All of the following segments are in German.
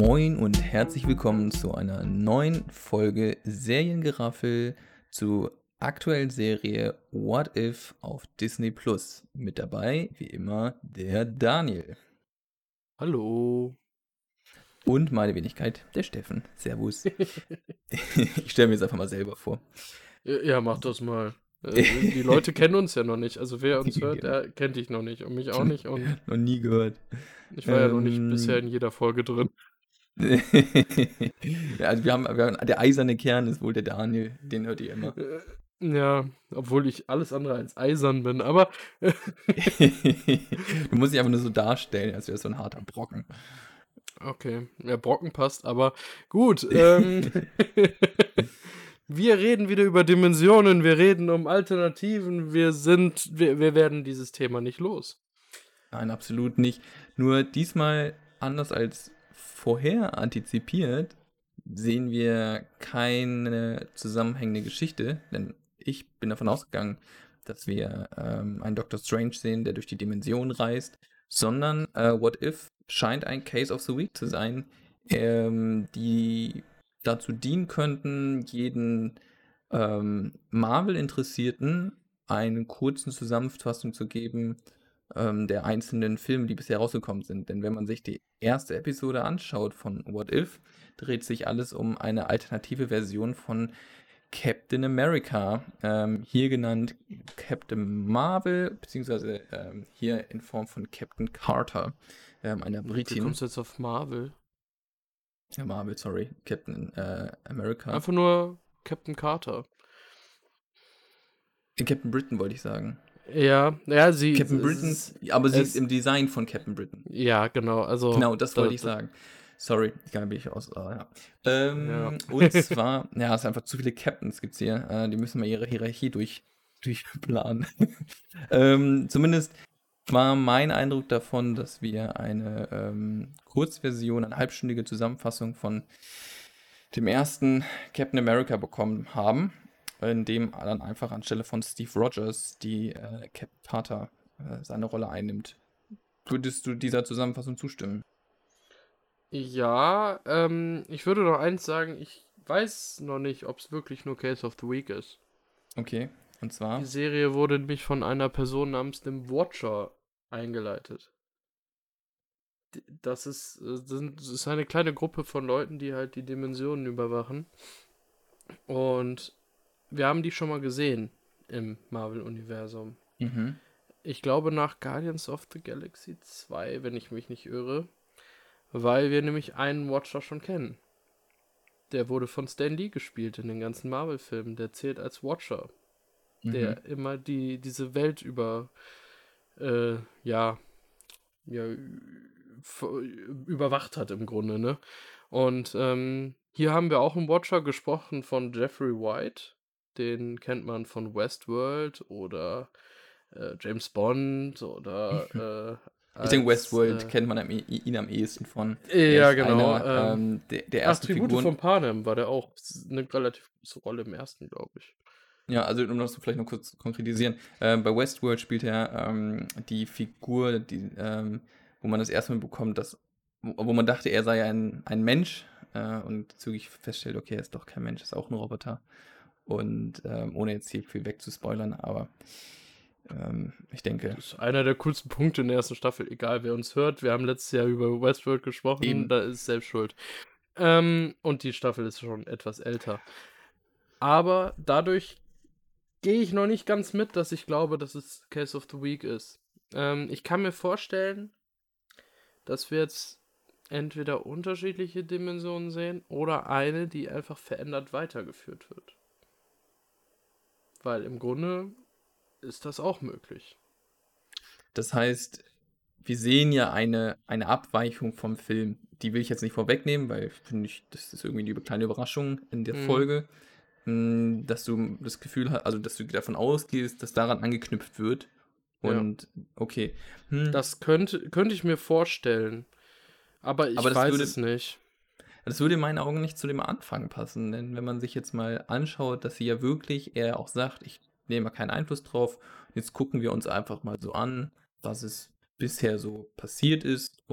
Moin und herzlich willkommen zu einer neuen Folge Seriengeraffel zur aktuellen Serie What If auf Disney Plus. Mit dabei, wie immer, der Daniel. Hallo. Und meine Wenigkeit, der Steffen. Servus. Ich stelle mir jetzt einfach mal selber vor. Ja, mach das mal. Die Leute kennen uns ja noch nicht. Also wer uns hört, Genau. der kennt dich noch nicht und mich auch nicht. Und Noch nie gehört. ich war ja noch nicht bisher in jeder Folge drin. Ja, also wir haben der eiserne Kern ist wohl der Daniel, den hört ihr immer. Ja, obwohl ich alles andere als eisern bin, aber Du musst dich einfach nur so darstellen, als wäre so ein harter Brocken. okay, ja, Brocken passt, aber gut. Wir reden wieder über Dimensionen, wir reden um Alternativen, wir werden dieses Thema nicht los. Nein, absolut nicht. Nur diesmal, anders als vorher antizipiert, sehen wir keine zusammenhängende Geschichte, denn ich bin davon ausgegangen, dass wir einen Doctor Strange sehen, der durch die Dimension reist, sondern What If scheint ein Case of the Week zu sein, die dazu dienen könnten, jeden Marvel-Interessierten eine kurze Zusammenfassung zu geben, der einzelnen Filme, die bisher rausgekommen sind. Denn wenn man sich die erste Episode anschaut von What If, dreht sich alles um eine alternative Version von Captain America, hier genannt Captain Marvel, beziehungsweise hier in Form von Captain Carter, einer Wie Britin. kommst du jetzt auf Marvel? Marvel, sorry, Captain America. Einfach nur Captain Carter. Captain Britain wollte ich sagen. Ja, sie. Captain Britain, aber sie ist im Design von Captain Britain. Ja, genau, also. Genau, das wollte ich sagen. Sorry, da bin ich aus. Ja. Ja. Und zwar, ja, es sind einfach zu viele Captains gibt's hier. Die müssen mal ihre Hierarchie durchplanen. Zumindest war mein Eindruck davon, dass wir eine Kurzversion, eine halbstündige Zusammenfassung von dem ersten Captain America bekommen haben, in dem dann einfach anstelle von Steve Rogers die Captain Carter seine Rolle einnimmt. Würdest du dieser Zusammenfassung zustimmen? Ja, ich würde noch eins sagen, ich weiß noch nicht, ob es wirklich nur Case of the Week ist. Okay, und Die zwar? Serie wurde nämlich von einer Person namens dem Watcher eingeleitet. Das ist eine kleine Gruppe von Leuten, die halt die Dimensionen überwachen. Und wir haben die schon mal gesehen im Marvel-Universum. Mhm. Ich glaube nach Guardians of the Galaxy 2, wenn ich mich nicht irre. Weil wir nämlich einen Watcher schon kennen. Der wurde von Stan Lee gespielt in den ganzen Marvel-Filmen. Der zählt als Watcher. Der immer diese Welt überwacht hat im Grunde, ne? Und hier haben wir auch einen Watcher gesprochen von Jeffrey White. Den kennt man von Westworld oder James Bond oder Ich denke, als, Westworld kennt man ihn am ehesten von. ja, Ist genau. einer der ersten Tribute Figuren. von Panem war der auch eine relativ große Rolle im ersten, glaube ich. Ja, also um das vielleicht noch kurz zu konkretisieren. Bei Westworld spielt er die Figur, wo man das erste Mal bekommt, wo man dachte, er sei ein Mensch und zügig feststellt, okay, er ist doch kein Mensch, ist auch ein Roboter. Und ohne jetzt hier viel wegzuspoilern, aber ich denke. Das ist einer der coolsten Punkte in der ersten Staffel, egal wer uns hört. Wir haben letztes Jahr über Westworld gesprochen, Eben. da ist selbst schuld. Und die Staffel ist schon etwas älter. Aber dadurch gehe ich noch nicht ganz mit, dass ich glaube, dass es Case of the Week ist. Ich kann mir vorstellen, dass wir jetzt entweder unterschiedliche Dimensionen sehen oder eine, die einfach verändert weitergeführt wird. Weil im Grunde ist das auch möglich. Das heißt, wir sehen ja eine Abweichung vom Film. Die will ich jetzt nicht vorwegnehmen, weil finde ich, das ist irgendwie eine kleine Überraschung in der Folge, dass du das Gefühl hast, also dass du davon ausgehst, dass daran angeknüpft wird. Und okay. Das könnte ich mir vorstellen. Aber ich weiß es nicht. Das würde in meinen Augen nicht zu dem Anfang passen, denn wenn man sich jetzt mal anschaut, dass sie ja wirklich, er auch sagt, ich nehme keinen Einfluss drauf, jetzt gucken wir uns einfach mal so an, was es bisher so passiert ist und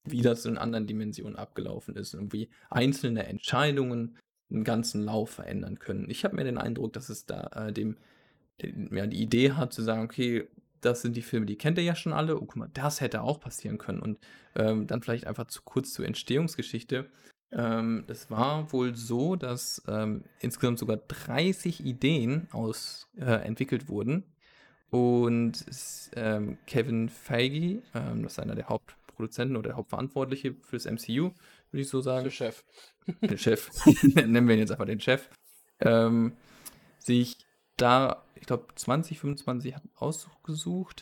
wie das in anderen Dimensionen abgelaufen ist und wie einzelne Entscheidungen den ganzen Lauf verändern können. Ich habe mir den Eindruck, dass es da die Idee hat zu sagen, okay, das sind die Filme, die kennt ihr ja schon alle. Oh, guck mal, das hätte auch passieren können. Und dann vielleicht einfach zu kurz zur Entstehungsgeschichte. Es war wohl so, dass insgesamt sogar 30 Ideen entwickelt wurden. Und Kevin Feige, das ist einer der Hauptproduzenten oder der Hauptverantwortliche für das MCU, würde ich so Das ist der sagen. Chef. Der Chef, nennen wir ihn jetzt einfach den Chef, sich da, ich glaube, 2025 hat ausgesucht.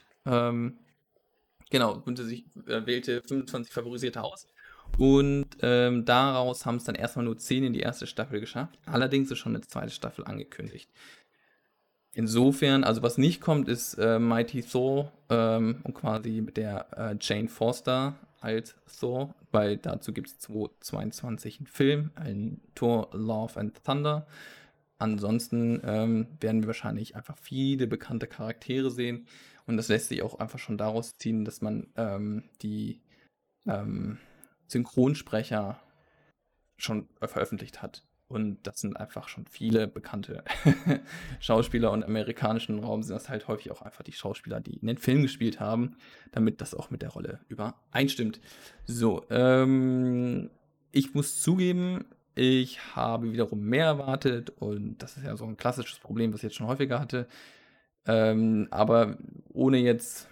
Genau, und wählte 25 Favorisierte aus. Und daraus haben es dann erstmal nur 10 in die erste Staffel geschafft. Allerdings ist schon eine zweite Staffel angekündigt. Insofern, also was nicht kommt, ist Mighty Thor und quasi mit der Jane Foster als Thor, weil dazu gibt es 2022 einen Film, ein Thor Love and Thunder. Ansonsten werden wir wahrscheinlich einfach viele bekannte Charaktere sehen und das lässt sich auch einfach schon daraus ziehen, dass man die Synchronsprecher schon veröffentlicht hat. Und das sind einfach schon viele bekannte Schauspieler und im amerikanischen Raum sind das halt häufig auch einfach die Schauspieler, die in den Film gespielt haben, damit das auch mit der Rolle übereinstimmt. So, ich muss zugeben, ich habe wiederum mehr erwartet und das ist ja so ein klassisches Problem, was ich jetzt schon häufiger hatte. Aber ohne jetzt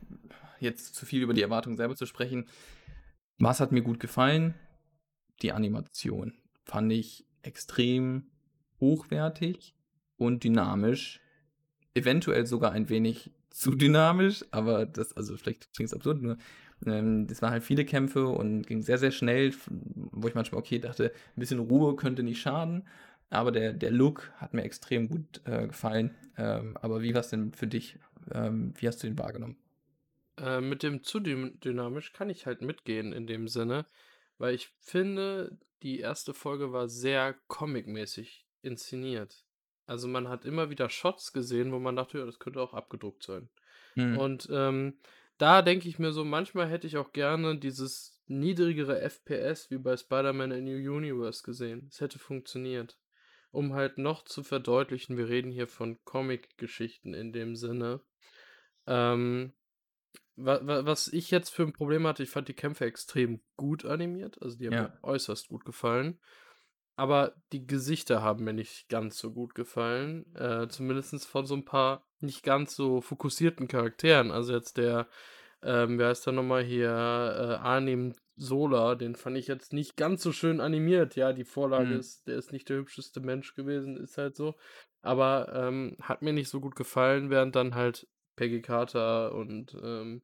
zu viel über die Erwartungen selber zu sprechen, was hat mir gut gefallen? Die Animation fand ich extrem hochwertig und dynamisch. Eventuell sogar ein wenig zu dynamisch, aber also vielleicht klingt es absurd, nur das waren halt viele Kämpfe und ging sehr, sehr schnell, wo ich manchmal, okay, dachte, ein bisschen Ruhe könnte nicht schaden, aber der Look hat mir extrem gut gefallen. Aber wie war es denn für dich? Wie hast du ihn wahrgenommen? Mit dem zu dynamisch kann ich halt mitgehen in dem Sinne, weil ich finde, die erste Folge war sehr comicmäßig inszeniert. Also man hat immer wieder Shots gesehen, wo man dachte, ja, das könnte auch abgedruckt sein. Hm. Und da denke ich mir so, manchmal hätte ich auch gerne dieses niedrigere FPS wie bei Spider-Man in New Universe gesehen. Es hätte funktioniert. Um halt noch zu verdeutlichen, wir reden hier von Comic-Geschichten in dem Sinne. Ähm, was ich jetzt für ein Problem hatte, ich fand die Kämpfe extrem gut animiert, also die haben mir Ja. äußerst gut gefallen. Aber die Gesichter haben mir nicht ganz so gut gefallen, zumindest von so ein paar nicht ganz so fokussierten Charakteren. Also jetzt wie heißt der noch mal hier, Arnim Zola, den fand ich jetzt nicht ganz so schön animiert. Ja, die Vorlage Hm. ist der ist nicht der hübscheste Mensch gewesen, ist halt so. Aber, hat mir nicht so gut gefallen, während dann halt Peggy Carter und,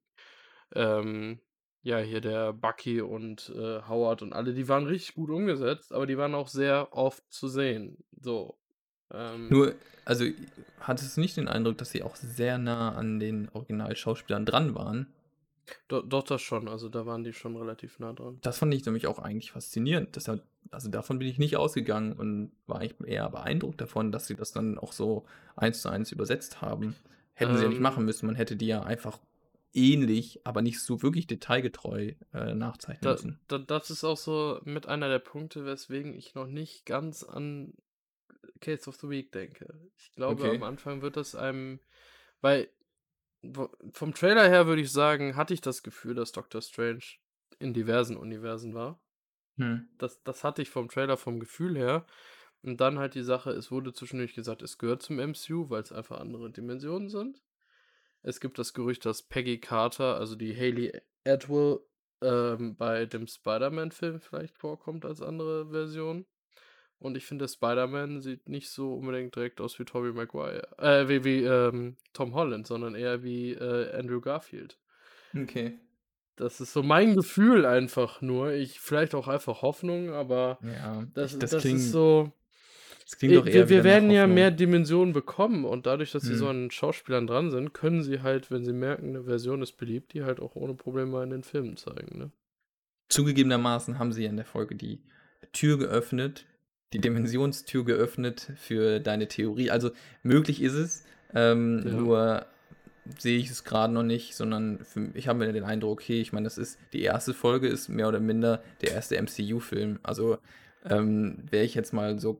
ähm, ja, hier der Bucky und, Howard und alle, die waren richtig gut umgesetzt, aber die waren auch sehr oft zu sehen. So, ähm, Nur, also hattest du nicht den Eindruck, dass sie auch sehr nah an den Originalschauspielern dran waren? doch, das schon, also da waren die schon relativ nah dran. Das fand ich nämlich auch eigentlich faszinierend. Also davon bin ich nicht ausgegangen und war eigentlich eher beeindruckt davon, dass sie das dann auch so 1:1 übersetzt haben. Hätten sie ja nicht machen Ähm, müssen. Man hätte die ja einfach ähnlich, aber nicht so wirklich detailgetreu nachzeichnen da müssen. das ist auch so mit einer der Punkte, weswegen ich noch nicht ganz an Case of the Week denke. Ich glaube, am Okay. Anfang wird das einem weil vom Trailer her würde ich sagen, hatte ich das Gefühl, dass Doctor Strange in diversen Universen war. Hm. Das hatte ich vom Trailer vom Gefühl her. Und dann halt die Sache, es wurde zwischendurch gesagt, es gehört zum MCU, weil es einfach andere Dimensionen sind. Es gibt das Gerücht, dass Peggy Carter, also die Hayley Atwell, bei dem Spider-Man-Film vielleicht vorkommt als andere Version. Und ich finde, Spider-Man sieht nicht so unbedingt direkt aus wie Tobey Maguire, wie Tom Holland, sondern eher wie Andrew Garfield. Okay. Das ist so mein Gefühl einfach nur. Vielleicht auch einfach Hoffnung, aber Ja, das ist so. das klingt doch eher Wir wieder nach werden ja mehr Hoffnung. Dimensionen bekommen und dadurch, dass sie so Hm. an Schauspielern dran sind, können sie halt, wenn sie merken, eine Version ist beliebt, die halt auch ohne Probleme in den Filmen zeigen, ne? Zugegebenermaßen haben sie ja in der Folge die Tür geöffnet, die Dimensionstür geöffnet für deine Theorie. Also möglich ist es, Ja. nur sehe ich es gerade noch nicht, sondern ich habe mir den Eindruck, okay, ich meine, die erste Folge ist mehr oder minder der erste MCU-Film. Also wäre ich jetzt mal so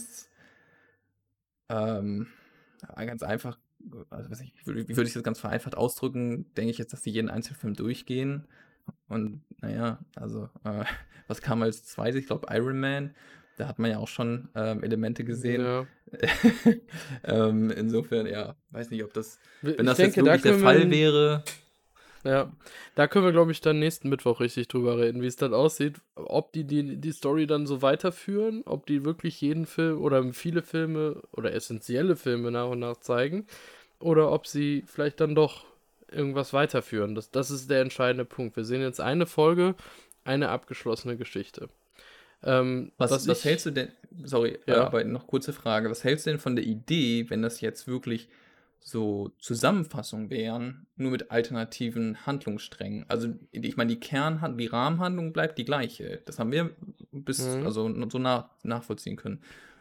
ähm, ganz einfach, also weiß nicht, wie würde ich das ganz vereinfacht ausdrücken, denke ich jetzt, dass die jeden Einzelfilm durchgehen. Und naja, also was kam als zweites? Ich glaube Iron Man. Da hat man ja auch schon Elemente gesehen. Ja. Insofern, ja, weiß nicht, ob das, wenn Ich das jetzt denke, da wirklich der können wir, Fall wäre. ja, da können wir, glaube ich, dann nächsten Mittwoch richtig drüber reden, wie es dann aussieht, ob die Story dann so weiterführen, ob die wirklich jeden Film oder viele Filme oder essentielle Filme nach und nach zeigen, oder ob sie vielleicht dann doch irgendwas weiterführen. Das ist der entscheidende Punkt. Wir sehen jetzt eine Folge, eine abgeschlossene Geschichte. Was hältst du denn, sorry, Ja, aber noch kurze Frage, was hältst du denn von der Idee, wenn das jetzt wirklich so Zusammenfassungen wären, nur mit alternativen Handlungssträngen? Also ich meine, die Rahmenhandlung bleibt die gleiche. Das haben wir mhm. also so nachvollziehen können.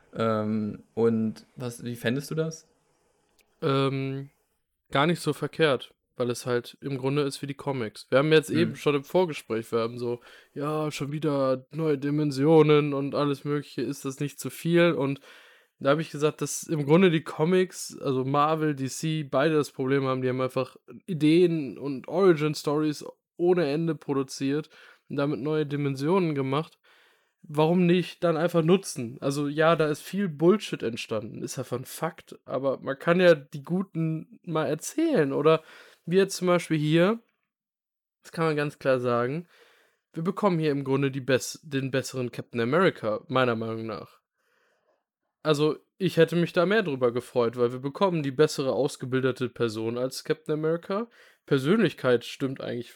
Und wie fändest du das? ähm, gar nicht so verkehrt, weil es halt im Grunde ist wie die Comics. Wir haben jetzt eben Hm. schon im Vorgespräch, wir haben so, ja, schon wieder neue Dimensionen und alles Mögliche, ist das nicht zu viel? Und da habe ich gesagt, dass im Grunde die Comics, also Marvel, DC, beide das Problem haben, die haben einfach Ideen und Origin-Stories ohne Ende produziert und damit neue Dimensionen gemacht. Warum nicht dann einfach nutzen? Also ja, da ist viel Bullshit entstanden, ist einfach 'n Fakt, aber man kann ja die guten mal erzählen oder wie jetzt zum Beispiel hier, das kann man ganz klar sagen, wir bekommen hier im Grunde den besseren Captain America, meiner Meinung nach. Also, ich hätte mich da mehr drüber gefreut, weil wir bekommen die bessere ausgebildete Person als Captain America. Persönlichkeit stimmt eigentlich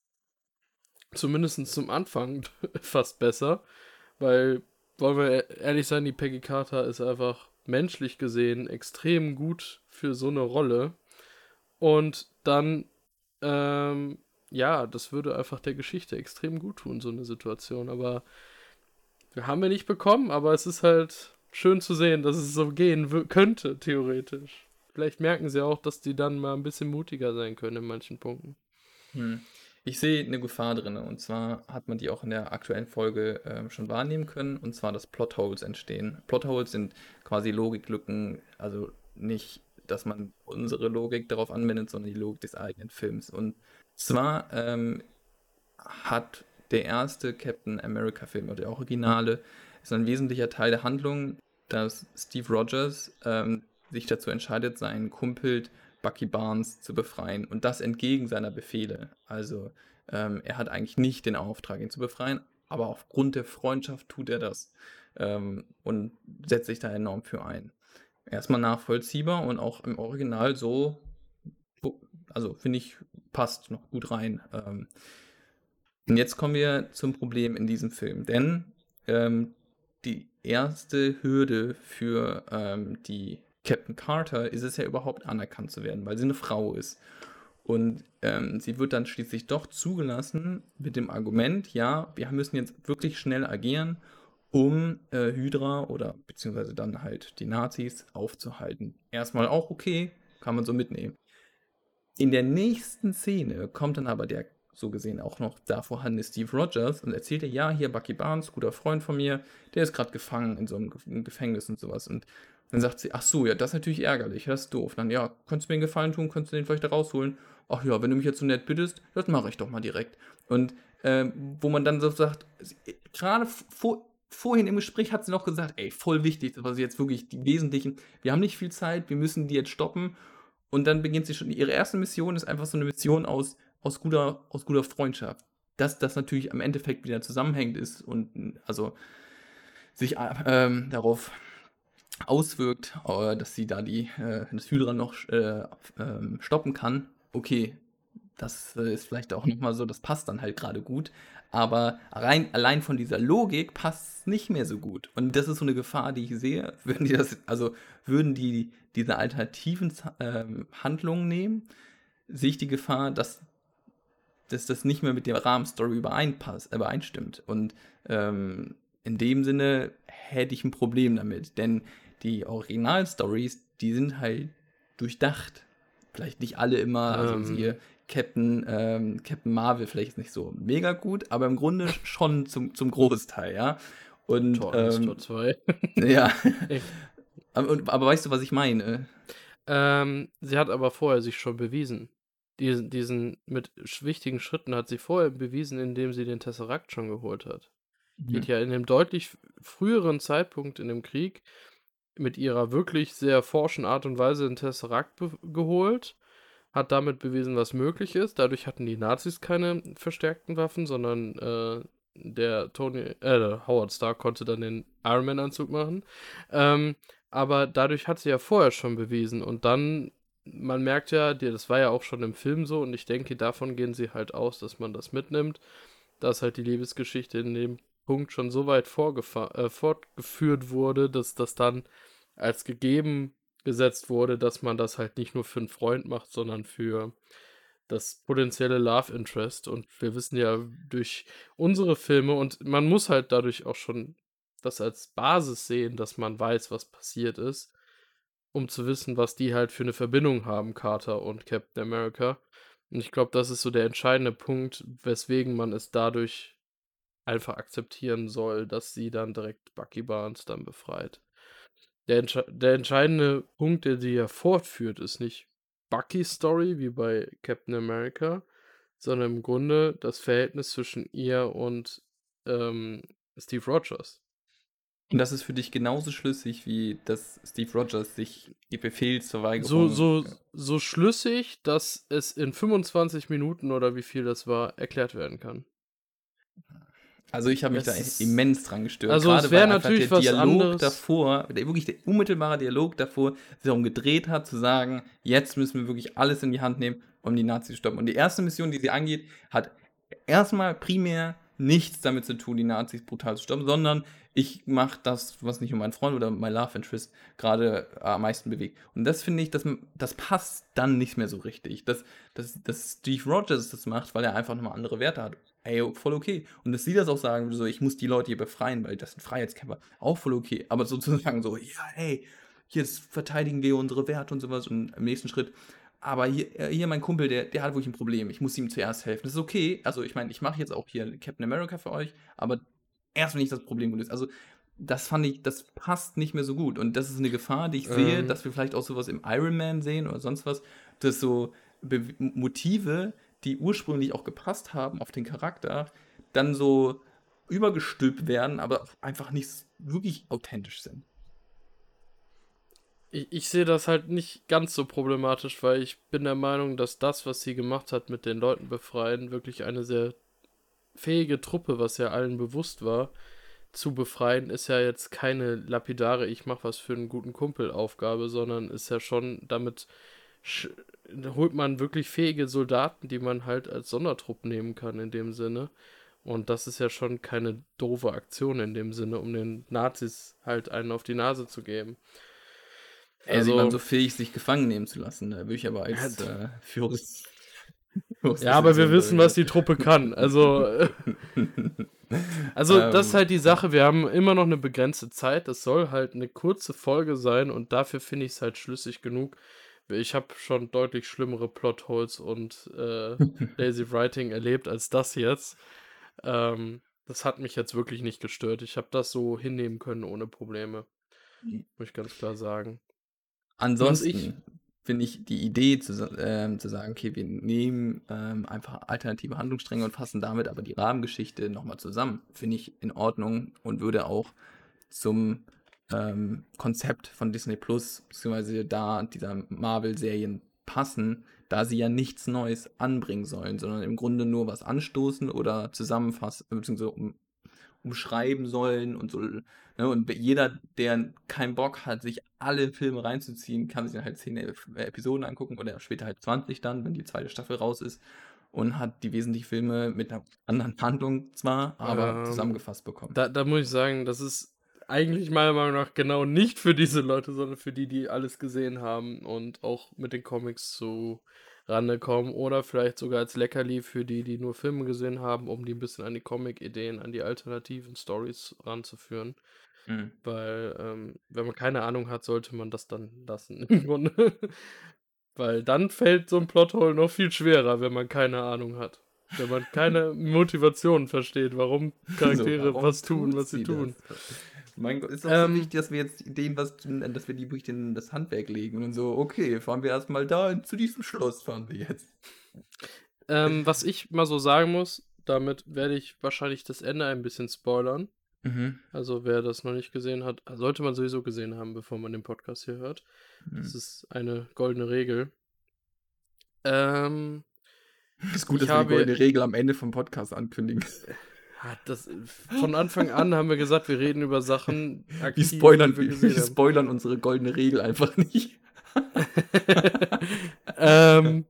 zumindest zum Anfang fast besser. Weil, wollen wir ehrlich sein, die Peggy Carter ist einfach menschlich gesehen extrem gut für so eine Rolle. Und dann, ja, das würde einfach der Geschichte extrem gut tun, so eine Situation. Aber wir haben wir nicht bekommen, aber es ist halt schön zu sehen, dass es so gehen könnte, theoretisch. Vielleicht merken sie auch, dass die dann mal ein bisschen mutiger sein können in manchen Punkten. Hm. Ich sehe eine Gefahr drin, und zwar hat man die auch in der aktuellen Folge schon wahrnehmen können, und zwar, dass Plotholes entstehen. Plotholes sind quasi Logiklücken, also nicht, dass man unsere Logik darauf anwendet, sondern die Logik des eigenen Films. Und zwar hat der erste Captain America-Film, oder der Originale, ist ein wesentlicher Teil der Handlung, dass Steve Rogers sich dazu entscheidet, seinen Kumpel Bucky Barnes zu befreien, und das entgegen seiner Befehle. Also er hat eigentlich nicht den Auftrag, ihn zu befreien, aber aufgrund der Freundschaft tut er das und setzt sich da enorm für ein. Erstmal nachvollziehbar und auch im Original so, also finde ich, passt noch gut rein. Und jetzt kommen wir zum Problem in diesem Film, denn die erste Hürde für die Captain Carter ist es ja überhaupt anerkannt zu werden, weil sie eine Frau ist. Und sie wird dann schließlich doch zugelassen mit dem Argument, ja, wir müssen jetzt wirklich schnell agieren, um Hydra oder beziehungsweise dann halt die Nazis aufzuhalten. Erstmal auch okay, kann man so mitnehmen. In der nächsten Szene kommt dann aber der so gesehen auch noch da vorhandene Steve Rogers und erzählt ihr, ja, hier Bucky Barnes, guter Freund von mir, der ist gerade gefangen in so einem Gefängnis und sowas. Und dann sagt sie, ach so, ja, das ist natürlich ärgerlich, das ist doof. Dann, ja, könntest du mir einen Gefallen tun, könntest du den vielleicht da rausholen? Ach ja, wenn du mich jetzt so nett bittest, das mache ich doch mal direkt. Und wo man dann so sagt, gerade vorhin im Gespräch hat sie noch gesagt, ey, voll wichtig, das war jetzt wirklich die wesentlichen, wir haben nicht viel Zeit, wir müssen die jetzt stoppen. Und dann beginnt sie schon, ihre erste Mission ist einfach so eine Mission aus guter Freundschaft. Dass das natürlich am Endeffekt wieder zusammenhängend ist und also sich darauf auswirkt, dass sie da das Hydra noch stoppen kann. Okay, das ist vielleicht auch nochmal so, das passt dann halt gerade gut. Aber allein von dieser Logik passt es nicht mehr so gut. Und das ist so eine Gefahr, die ich sehe. Würden die diese alternativen Handlungen nehmen, sehe ich die Gefahr, dass das nicht mehr mit der Rahmenstory übereinstimmt. Und in dem Sinne hätte ich ein Problem damit. Denn die Originalstories, die sind halt durchdacht. vielleicht nicht alle immer, also siehe Captain Marvel vielleicht nicht so mega gut, aber im Grunde schon zum Großteil, ja. Und Tor 1, Tor 2. ja, Ich, aber weißt du, was ich meine? sie hat aber vorher sich schon bewiesen. Diesen mit wichtigen Schritten hat sie vorher bewiesen, indem sie den Tesseract schon geholt hat. Die hat Mhm. ja in einem deutlich früheren Zeitpunkt in dem Krieg mit ihrer wirklich sehr forschen Art und Weise den Tesseract geholt, hat damit bewiesen, was möglich ist. Dadurch hatten die Nazis keine verstärkten Waffen, sondern der Howard Stark konnte dann den Iron Man-Anzug machen. Aber dadurch hat sie ja vorher schon bewiesen. Und dann, man merkt ja, das war ja auch schon im Film so, und ich denke, davon gehen sie halt aus, dass man das mitnimmt, dass halt die Liebesgeschichte in dem Punkt schon so weit fortgeführt wurde, dass das dann als gegeben gesetzt wurde, dass man das halt nicht nur für einen Freund macht, sondern für das potenzielle Love Interest. Und wir wissen ja durch unsere Filme, und man muss halt dadurch auch schon das als Basis sehen, dass man weiß, was passiert ist, um zu wissen, was die halt für eine Verbindung haben, Carter und Captain America. Und ich glaube, das ist so der entscheidende Punkt, weswegen man es dadurch einfach akzeptieren soll, dass sie dann direkt Bucky Barnes dann befreit. Der entscheidende Punkt, der sie ja fortführt, ist nicht Buckys Story wie bei Captain America, sondern im Grunde das Verhältnis zwischen ihr und Steve Rogers. Und das ist für dich genauso schlüssig, wie dass Steve Rogers sich die So, Befehlsverweigerung. so schlüssig, dass es in 25 Minuten oder wie viel das war, erklärt werden kann. Also ich habe mich da Es ist, immens dran gestört, also es gerade weil wäre einfach der natürlich was Dialog anderes. davor, wirklich der unmittelbare Dialog davor, sich darum gedreht hat, zu sagen, jetzt müssen wir wirklich alles in die Hand nehmen, um die Nazis zu stoppen. Und die erste Mission, die sie angeht, hat erstmal primär nichts damit zu tun, die Nazis brutal zu stoppen, sondern ich mache das, was nicht um meinen Freund oder mein Love Interest gerade am meisten bewegt. Und das finde ich, das passt dann nicht mehr so richtig. Dass Steve Rogers das macht, weil er einfach nochmal andere Werte hat. Ey, voll okay. Und dass sie das auch sagen, so, ich muss die Leute hier befreien, weil das sind Freiheitskämpfer. Auch voll okay. Aber sozusagen so, ja, hey, jetzt verteidigen wir unsere Werte und sowas. Und im nächsten Schritt, aber hier mein Kumpel, der hat wirklich ein Problem. Ich muss ihm zuerst helfen. Das ist okay. Also, ich meine, ich mache jetzt auch hier Captain America für euch, aber erst wenn ich das Problem gelöst. Also, das fand ich, das passt nicht mehr so gut. Und das ist eine Gefahr, die ich sehe, Ähm, dass wir vielleicht auch sowas im Iron Man sehen oder sonst was, dass so Motive, die ursprünglich auch gepasst haben auf den Charakter, dann so übergestülpt werden, aber einfach nicht wirklich authentisch sind. ich sehe das halt nicht ganz so problematisch, weil ich bin der Meinung, dass das, was sie gemacht hat mit den Leuten befreien, wirklich eine sehr fähige Truppe, was ja allen bewusst war, zu befreien, ist ja jetzt keine lapidare, ich mach was für einen guten Kumpel Aufgabe, sondern ist ja schon, damit sch- holt man wirklich fähige Soldaten, die man halt als Sondertrupp nehmen kann in dem Sinne. Und das ist ja schon keine doofe Aktion in dem Sinne, um den Nazis halt einen auf die Nase zu geben. Ey, sie waren Also, so fähig, sich gefangen nehmen zu lassen. Da würde ich aber als halt, ja, aber wir Führungsposition wissen, was da. die Truppe kann. Also, das ist halt die Ja. Sache. Wir haben immer noch eine begrenzte Zeit. Das soll halt eine kurze Folge sein und dafür finde ich es halt schlüssig genug. Ich habe schon deutlich schlimmere Plotholes und Lazy Writing erlebt als das jetzt. Das hat mich jetzt wirklich nicht gestört. Ich habe das so hinnehmen können ohne Probleme, muss ich ganz klar sagen. Und ich, Ansonsten finde ich die Idee zu sagen, okay, wir nehmen einfach alternative Handlungsstränge und fassen damit aber die Rahmengeschichte nochmal zusammen, finde ich in Ordnung und würde auch zum Konzept von Disney Plus, beziehungsweise da dieser Marvel-Serien passen, da sie ja nichts Neues anbringen sollen, sondern im Grunde nur was anstoßen oder zusammenfassen, beziehungsweise umschreiben sollen und so. Ne? Und jeder, der keinen Bock hat, sich alle Filme reinzuziehen, kann sich dann halt 10 Episoden angucken oder später halt 20 dann, wenn die zweite Staffel raus ist und hat die wesentlichen Filme mit einer anderen Handlung zwar, aber ähm, zusammengefasst bekommen. da muss ich sagen, das ist eigentlich meiner Meinung nach genau nicht für diese Leute, sondern für die, die alles gesehen haben und auch mit den Comics zu Rande kommen oder vielleicht sogar als Leckerli für die, die nur Filme gesehen haben, um die ein bisschen an die Comic-Ideen, an die alternativen Stories ranzuführen. Mhm. Weil, wenn man keine Ahnung hat, sollte man das dann lassen, im Grunde. Weil dann fällt so ein Plothole noch viel schwerer, wenn man keine Ahnung hat. Wenn man keine Motivation versteht, warum So, Charaktere warum was tun, tut was sie sie das? tun. Mein Gott, ist doch so Ähm, wichtig, dass wir jetzt dass wir die durch das Handwerk legen und so, okay, fahren wir erstmal da zu diesem Schloss, fahren wir jetzt. was ich mal so sagen muss, damit werde ich wahrscheinlich das Ende ein bisschen spoilern. Mhm. Also wer das noch nicht gesehen hat, sollte man sowieso gesehen haben, bevor man den Podcast hier hört. Das Mhm. ist eine goldene Regel. Ähm, Ist gut, ich dass wir die habe goldene Regel am Ende vom Podcast ankündigen. von Anfang an haben wir gesagt, wir reden über Sachen aktiv, die wir gesehen Wir haben. spoilern unsere goldene Regel einfach nicht. ähm,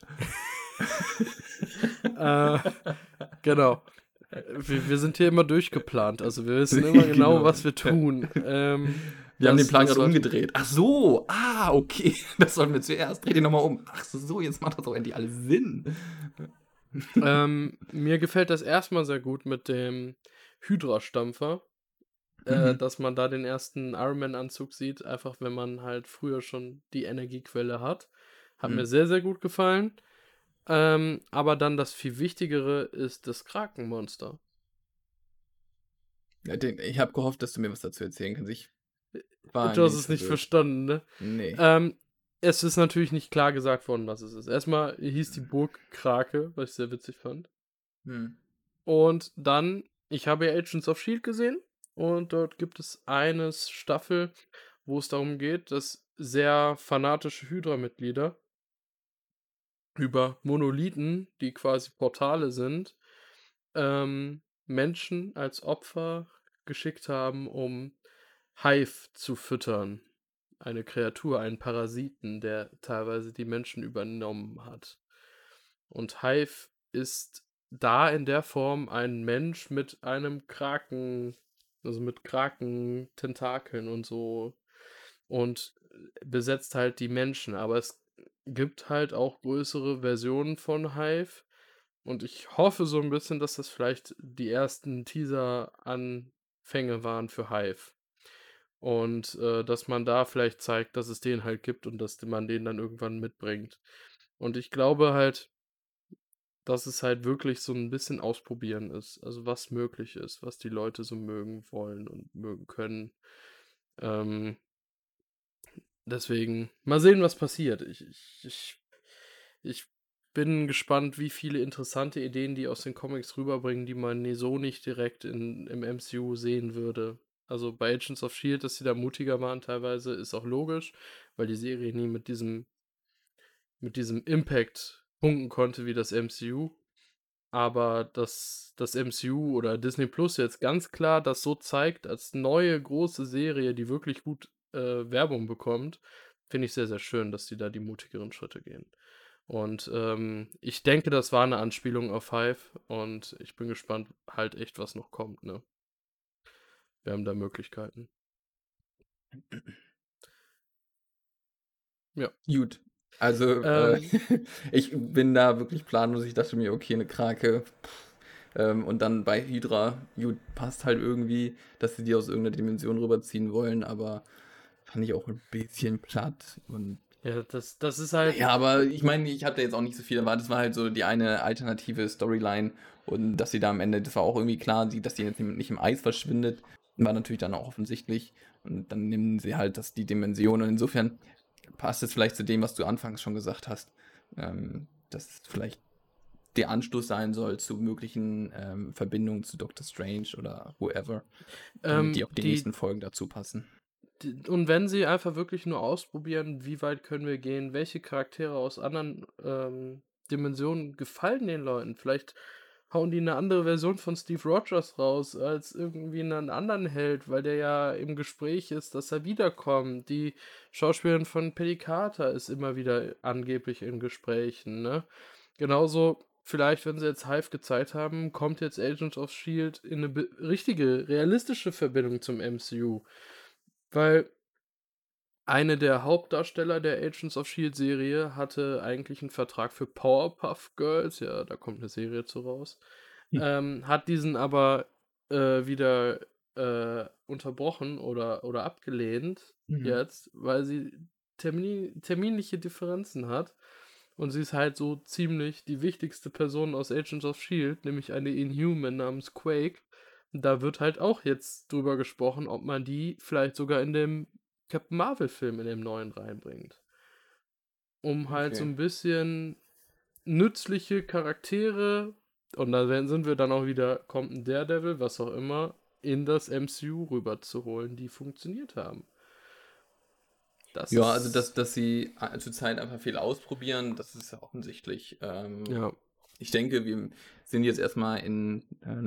genau. Wir sind hier immer durchgeplant, also wir wissen immer genau, Genau. was wir tun. Wir haben den Plan das gerade sollte- umgedreht. Ach so, okay. Das sollten wir zuerst. Dreh den nochmal um. Ach so, jetzt macht das auch endlich alles Sinn. Mir gefällt das erstmal sehr gut mit dem Hydra-Stampfer, Mhm. dass man da den ersten Iron Man-Anzug sieht, einfach wenn man halt früher schon die Energiequelle hat. Hat mir Mhm. sehr, sehr gut gefallen. Aber dann das viel Wichtigere ist das Krakenmonster. Ja, ich habe gehofft, dass du mir was dazu erzählen kannst. Ich war ein Du hast wenig es nicht verwirrt. verstanden, ne? Nee. Es ist natürlich nicht klar gesagt worden, was es ist. Erstmal hieß die Burg Krake, was ich sehr witzig fand. Hm. Und dann, ich habe ja Agents of Shield gesehen und dort gibt es eine Staffel, wo es darum geht, dass sehr fanatische Hydra-Mitglieder über Monolithen, die quasi Portale sind, Menschen als Opfer geschickt haben, um Hive zu füttern. Eine Kreatur, einen Parasiten, der teilweise die Menschen übernommen hat. Und Hive ist da in der Form ein Mensch mit einem Kraken, also mit Kraken-Tentakeln und so. Und besetzt halt die Menschen. Aber es gibt halt auch größere Versionen von Hive. Und ich hoffe so ein bisschen, dass das vielleicht die ersten Teaser-Anfänge waren für Hive. Und dass man da vielleicht zeigt, dass es den halt gibt und dass man den dann irgendwann mitbringt. Und ich glaube halt, dass es halt wirklich so ein bisschen ausprobieren ist. Also was möglich ist, was die Leute so mögen wollen und mögen können. Ähm, Deswegen mal sehen, was passiert. Ich bin gespannt, wie viele interessante Ideen die aus den Comics rüberbringen, die man so nicht direkt im MCU sehen würde. Also bei Agents of Shield, dass sie da mutiger waren teilweise, ist auch logisch, weil die Serie nie mit diesem Impact punkten konnte wie das MCU. Aber dass das MCU oder Disney Plus jetzt ganz klar das so zeigt als neue große Serie, die wirklich gut Werbung bekommt, finde ich sehr, sehr schön, dass die da die mutigeren Schritte gehen. Und ich denke, das war eine Anspielung auf Hive und ich bin gespannt, halt echt, was noch kommt, ne? Wir haben da Möglichkeiten. Ja. Gut. Also, Ähm, ich bin da wirklich planlos. Ich dachte mir, okay, eine Krake. Und dann bei Hydra, gut, passt halt irgendwie, dass sie die aus irgendeiner Dimension rüberziehen wollen, aber fand ich auch ein bisschen platt. Und ja, das ist halt. ja, aber ich meine, ich hatte jetzt auch nicht so viel erwartet. Das war halt so die eine alternative Storyline. Und dass sie da am Ende, das war auch irgendwie klar, dass die jetzt nicht im Eis verschwindet, war natürlich dann auch offensichtlich. Und dann nehmen sie halt die Dimension. Und insofern passt es vielleicht zu dem, was du anfangs schon gesagt hast. Dass es vielleicht der Anstoß sein soll zu möglichen Verbindungen zu Doctor Strange oder whoever, damit die auch die Die nächsten Folgen dazu passen. Und wenn sie einfach wirklich nur ausprobieren, wie weit können wir gehen, welche Charaktere aus anderen Dimensionen gefallen den Leuten. Vielleicht hauen die eine andere Version von Steve Rogers raus als irgendwie einen anderen Held, weil der ja im Gespräch ist, dass er wiederkommt. Die Schauspielerin von Peggy Carter ist immer wieder angeblich in Gesprächen, ne? Genauso, vielleicht, wenn sie jetzt Hive gezeigt haben, kommt jetzt Agents of Shield in eine richtige, realistische Verbindung zum MCU. Weil eine der Hauptdarsteller der Agents of Shield Serie hatte eigentlich einen Vertrag für Powerpuff Girls, ja, da kommt eine Serie zu raus, hat diesen aber wieder unterbrochen oder abgelehnt Mhm. jetzt, weil sie terminliche Differenzen hat. Und sie ist halt so ziemlich die wichtigste Person aus Agents of S.H.I.E.L.D., nämlich eine Inhuman namens Quake. Da wird halt auch jetzt drüber gesprochen, ob man die vielleicht sogar in dem Captain Marvel-Film, in dem neuen, reinbringt. Um halt so Okay. ein bisschen nützliche Charaktere, und da sind wir dann auch wieder, kommt ein Daredevil, was auch immer, in das MCU rüberzuholen, die funktioniert haben. Das Ja, also ist, dass sie zurzeit einfach viel ausprobieren, das ist ja offensichtlich. ja, Ich denke, wir sind jetzt erstmal in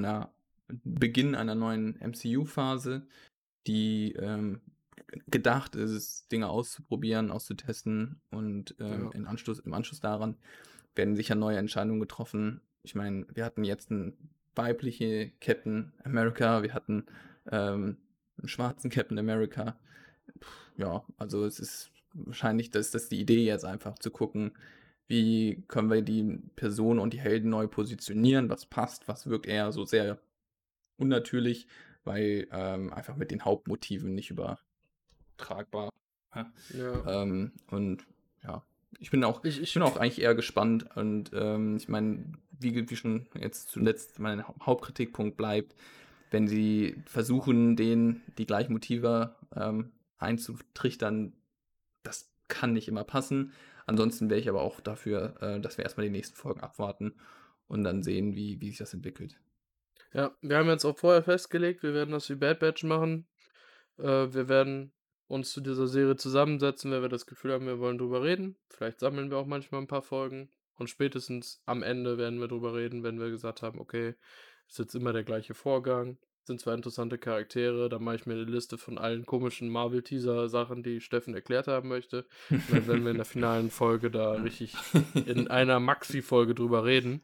Beginn einer neuen MCU-Phase, die gedacht ist, Dinge auszuprobieren, auszutesten und ja, im Anschluss daran werden sicher neue Entscheidungen getroffen. Ich meine, wir hatten jetzt eine weibliche Captain America, wir hatten einen schwarzen Captain America. Ja, also es ist wahrscheinlich, dass das die Idee jetzt einfach zu gucken, wie können wir die Person und die Helden neu positionieren, was passt, was wirkt eher so sehr unnatürlich, weil einfach mit den Hauptmotiven nicht übertragbar. Ja. ja. Und ja, ich bin auch eigentlich eher gespannt und ich meine, wie schon jetzt zuletzt mein Hauptkritikpunkt bleibt, wenn sie versuchen, die gleichen Motive einzutrichtern, das kann nicht immer passen. Ansonsten wäre ich aber auch dafür, dass wir erstmal die nächsten Folgen abwarten und dann sehen, wie sich das entwickelt. Ja, wir haben jetzt auch vorher festgelegt, wir werden das wie Bad Batch machen. Wir werden uns zu dieser Serie zusammensetzen, wenn wir das Gefühl haben, wir wollen drüber reden. Vielleicht sammeln wir auch manchmal ein paar Folgen. Und spätestens am Ende werden wir drüber reden, wenn wir gesagt haben, okay, ist jetzt immer der gleiche Vorgang. Sind zwar interessante Charaktere, dann mache ich mir eine Liste von allen komischen Marvel-Teaser-Sachen, die Steffen erklärt haben möchte. Und dann werden wir in der finalen Folge da richtig in einer Maxi-Folge drüber reden.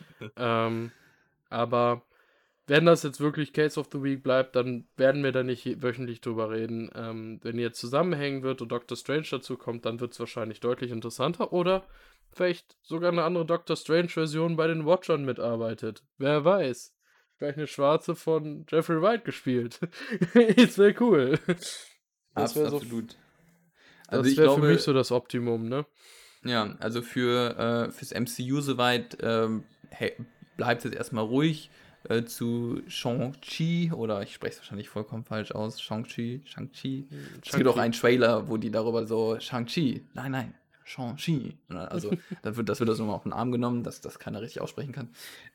Aber wenn das jetzt wirklich Case of the Week bleibt, dann werden wir da nicht wöchentlich drüber reden. Wenn jetzt zusammenhängen wird und Doctor Strange dazu kommt, dann wird es wahrscheinlich deutlich interessanter. Oder vielleicht sogar eine andere Doctor Strange-Version bei den Watchern mitarbeitet. Wer weiß. Vielleicht eine schwarze von Jeffrey Wright gespielt. Das wäre cool. Das wäre so, Absolut. Also das ich wäre für mich glaube, so das Optimum, ne? ja, also fürs MCU soweit bleibt es jetzt erstmal ruhig zu Shang-Chi, oder ich spreche es wahrscheinlich vollkommen falsch aus, Shang-Chi. Es gibt auch Shang-Chi. einen Trailer, wo die darüber so, Shang-Chi, nein, Shang-Chi. Also das wird das nochmal auf den Arm genommen, dass das keiner richtig aussprechen kann.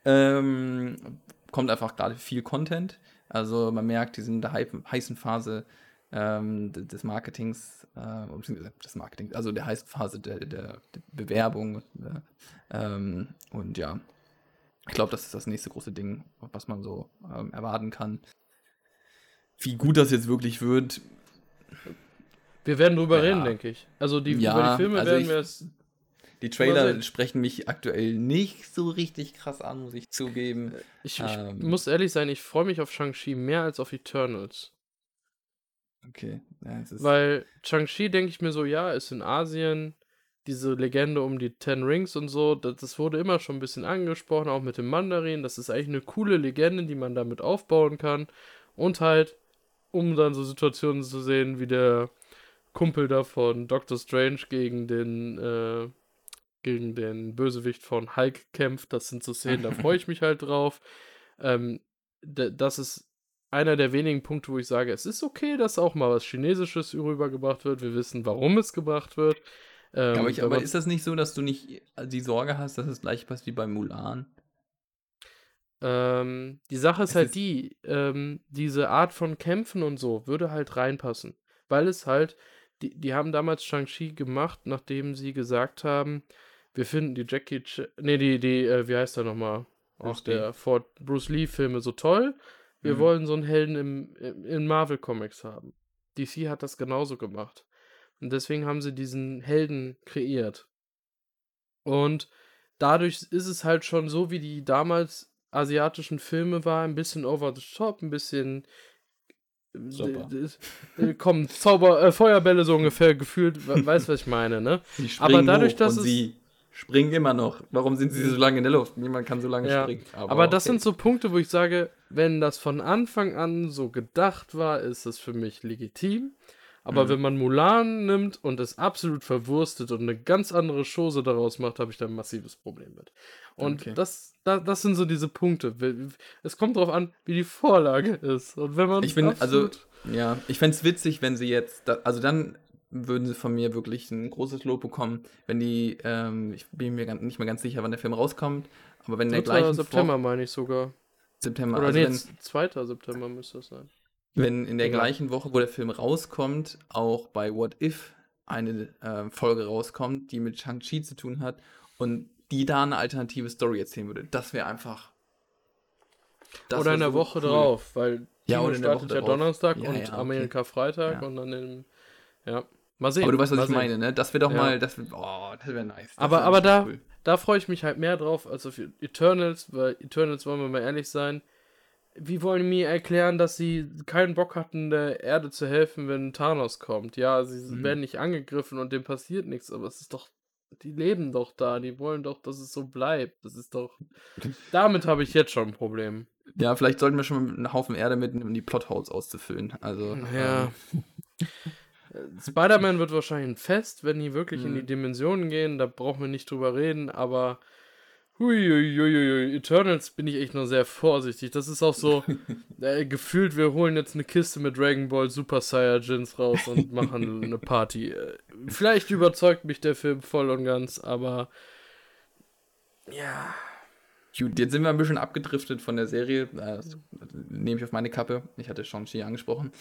Kommt einfach gerade viel Content. Also man merkt, die sind in der heißen Phase des Marketings, beziehungsweise des Marketing, also der heißen Phase der Bewerbung. Und ja, ich glaube, das ist das nächste große Ding, was man so erwarten kann. Wie gut das jetzt wirklich wird, Wir werden drüber reden, ja, denke ich. Also über die ja, Filme also werden wir es die drüber Trailer sehen. sprechen mich aktuell nicht so richtig krass an, muss ich zugeben. Ich muss ehrlich sein, ich freue mich auf Shang-Chi mehr als auf Eternals. Okay, ja, es ist, Weil Shang-Chi denke ich mir so, ja, ist in Asien, diese Legende um die Ten Rings und so, das wurde immer schon ein bisschen angesprochen, auch mit dem Mandarin. Das ist eigentlich eine coole Legende, die man damit aufbauen kann. Und halt, um dann so Situationen zu sehen, wie der Kumpel da von Doctor Strange gegen den Bösewicht von Hulk kämpft. Das sind so Szenen, da freue ich mich halt drauf. Ähm, Das ist einer der wenigen Punkte, wo ich sage, es ist okay, dass auch mal was Chinesisches rübergebracht wird. Wir wissen, warum es gebracht wird. Wenn aber man, ist das nicht so, dass du nicht die Sorge hast, dass es gleich passt wie bei Mulan? die Sache ist Es halt ist, diese Art von Kämpfen und so würde halt reinpassen. Weil es halt, die haben damals Shang-Chi gemacht, nachdem sie gesagt haben, wir finden die wie heißt er nochmal? Auch Bruce Lee. der Ford Bruce Lee-Filme so toll. Wir Mhm. wollen so einen Helden in Marvel-Comics haben. DC hat das genauso gemacht. Und deswegen haben sie diesen Helden kreiert. Und dadurch ist es halt schon so, wie die damals asiatischen Filme waren, ein bisschen over the top, ein bisschen Super. kommen Feuerbälle so ungefähr gefühlt, weißt was ich meine, ne? Sie Aber springen dadurch, hoch dass und es sie springen immer noch. Warum sind sie so lange in der Luft? Niemand kann so lange ja, springen. aber Aber das sind okay. so Punkte, wo ich sage, wenn das von Anfang an so gedacht war, ist das für mich legitim. Aber Mhm. wenn man Mulan nimmt und es absolut verwurstet und eine ganz andere Chose daraus macht, habe ich da ein massives Problem mit. Und Okay. das sind so diese Punkte. Es kommt darauf an, wie die Vorlage ist. Und wenn man Ich bin, also, absolut. ja, ich fände es witzig, wenn sie jetzt, also dann würden sie von mir wirklich ein großes Lob bekommen, wenn die, ich bin mir nicht mehr ganz sicher, wann der Film rauskommt, aber wenn in der 3. gleichen September Woche, meine ich sogar. September, Oder also nee, wenn, 2. September müsste es sein. wenn in der Egal. gleichen Woche, wo der Film rauskommt, auch bei What If eine Folge rauskommt, die mit Shang-Chi zu tun hat und die da eine alternative Story erzählen würde, das Oder wäre in der so Woche cool. drauf, weil Ja, Kino oder in der Woche startet ja darauf. Donnerstag Ja, und ja, okay. Amerika Freitag Ja. und dann ja. Mal Aber du sehen, weißt, was mal ich sehen. meine, ne? Das wäre doch Ja. mal, das wäre nice. Das Aber, wäre aber richtig da, cool. da freue ich mich halt mehr drauf als auf Eternals, weil Eternals, wollen wir mal ehrlich sein, wie wollen die mir erklären, dass sie keinen Bock hatten, der Erde zu helfen, wenn Thanos kommt? Ja, sie Mhm. werden nicht angegriffen und dem passiert nichts, aber es ist doch, die leben doch da, die wollen doch, dass es so bleibt. Das ist doch, damit habe ich jetzt schon ein Problem. Ja, vielleicht sollten wir schon mal einen Haufen Erde mitnehmen, um die Plotholes auszufüllen. Also, Ja, Spider-Man wird wahrscheinlich ein Fest, wenn die wirklich in die mhm. Dimensionen gehen, da brauchen wir nicht drüber reden, aber huiuiuiui, Eternals bin ich echt nur sehr vorsichtig. Das ist auch so, gefühlt, wir holen jetzt eine Kiste mit Dragon Ball Super Saiyajins raus und machen eine Party. Vielleicht überzeugt mich der Film voll und ganz, aber ja. Gut, jetzt sind wir ein bisschen abgedriftet von der Serie. Das nehme ich auf meine Kappe. Ich hatte Shang-Chi angesprochen.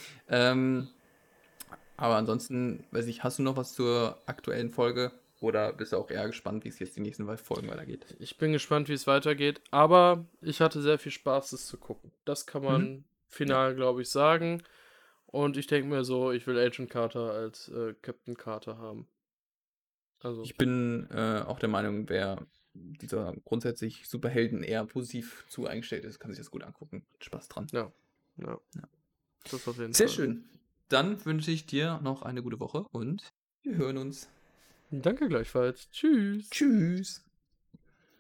Aber ansonsten, weiß ich, hast du noch was zur aktuellen Folge? Oder bist du auch eher gespannt, wie es jetzt die nächsten Folgen weitergeht? Ich bin gespannt, wie es weitergeht, aber ich hatte sehr viel Spaß, es zu gucken. Das kann Mhm. man Ja. final, glaube ich, sagen. Und ich denke mir so, ich will Agent Carter als Captain Carter haben. Also, Ich bin auch der Meinung, wer dieser grundsätzlich Superhelden eher positiv zu eingestellt ist, kann sich das gut angucken. Hat Spaß dran. ja. Ja, Ja. das auf jeden Sehr Fall. schön. Dann wünsche ich dir noch eine gute Woche und wir hören uns. Danke gleichfalls. Tschüss. Tschüss.